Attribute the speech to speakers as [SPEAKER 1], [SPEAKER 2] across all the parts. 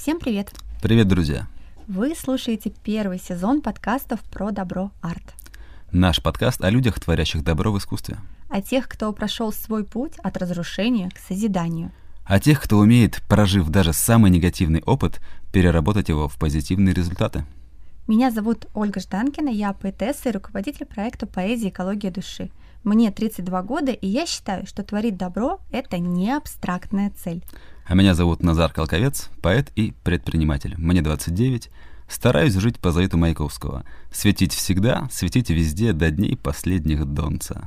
[SPEAKER 1] Всем привет!
[SPEAKER 2] Привет, друзья!
[SPEAKER 1] Вы слушаете первый сезон подкастов про добро арт.
[SPEAKER 2] Наш подкаст о людях, творящих добро в искусстве.
[SPEAKER 1] О тех, кто прошел свой путь от разрушения к созиданию.
[SPEAKER 2] О тех, кто умеет, прожив даже самый негативный опыт, переработать его в позитивные результаты.
[SPEAKER 1] Меня зовут Ольга Жданкина, я поэтесса и руководитель проекта «Поэзия. Экология души». Мне 32 года, и я считаю, что творить добро — это не абстрактная цель.
[SPEAKER 2] А меня зовут Назар Колковец, поэт и предприниматель. Мне 29. Стараюсь жить по завету Маяковского. Светить всегда, светить везде до дней последних донца.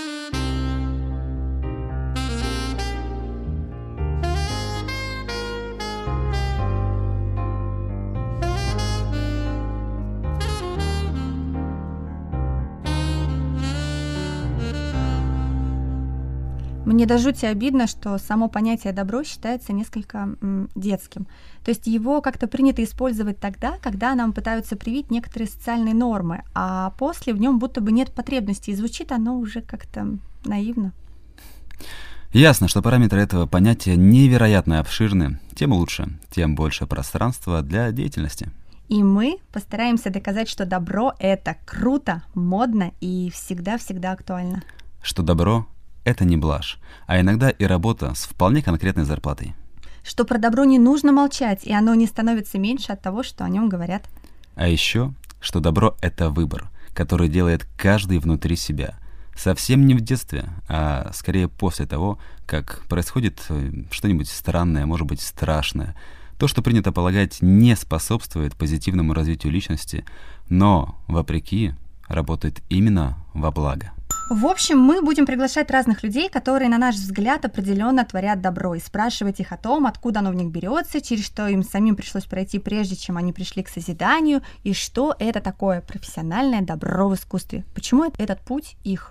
[SPEAKER 1] Мне до жути обидно, что само понятие «добро» считается несколько детским. То есть его как-то принято использовать тогда, когда нам пытаются привить некоторые социальные нормы, а после в нем будто бы нет потребности, и звучит оно уже как-то наивно.
[SPEAKER 2] Ясно, что параметры этого понятия невероятно обширны. Тем лучше, тем больше пространства для деятельности.
[SPEAKER 1] И мы постараемся доказать, что добро — это круто, модно и всегда-всегда актуально.
[SPEAKER 2] Что добро — это не блажь, а иногда и работа с вполне конкретной зарплатой.
[SPEAKER 1] Что про добро не нужно молчать, и оно не становится меньше от того, что о нем говорят.
[SPEAKER 2] А еще, что добро — это выбор, который делает каждый внутри себя. Совсем не в детстве, а скорее после того, как происходит что-нибудь странное, может быть, страшное. То, что принято полагать, не способствует позитивному развитию личности, но, вопреки, работает именно во благо.
[SPEAKER 1] В общем, мы будем приглашать разных людей, которые, на наш взгляд, определенно творят добро, и спрашивать их о том, откуда оно в них берется, через что им самим пришлось пройти, прежде чем они пришли к созиданию, и что это такое профессиональное добро в искусстве. Почему этот путь их?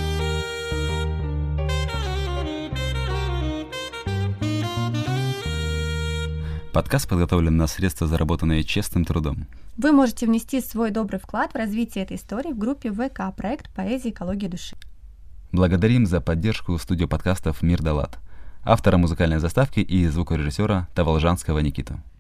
[SPEAKER 2] Подкаст подготовлен на средства, заработанные честным трудом.
[SPEAKER 1] Вы можете внести свой добрый вклад в развитие этой истории в группе ВК «Проект Поэзия. Экология души».
[SPEAKER 2] Благодарим за поддержку студию подкастов «Мир да Лад», автора музыкальной заставки и звукорежиссера Таволжанского Никиту.